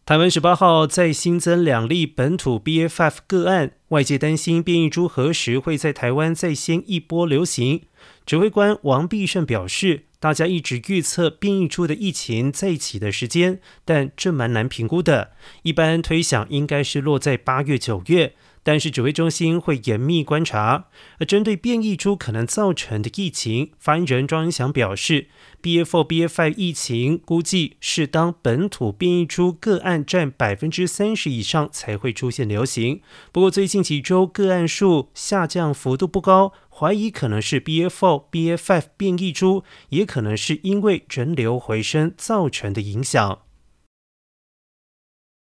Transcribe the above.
台湾18号再新增2例本土 BA.5 个案，外界担心变异株何时会在台湾再掀一波流行。指挥官王必胜表示，大家一直预测变异株的疫情再起的时间，但这蛮难评估的，一般推想应该是落在8月、9月。但是指挥中心会严密观察。而针对变异株可能造成的疫情，发言人庄恩祥表示 ，BA.4、BA.5 疫情估计是当本土变异株个案占30%以上才会出现流行。不过最近几周个案数下降幅度不高，怀疑可能是 BA.4、BA.5 变异株，也可能是因为人流回升造成的影响。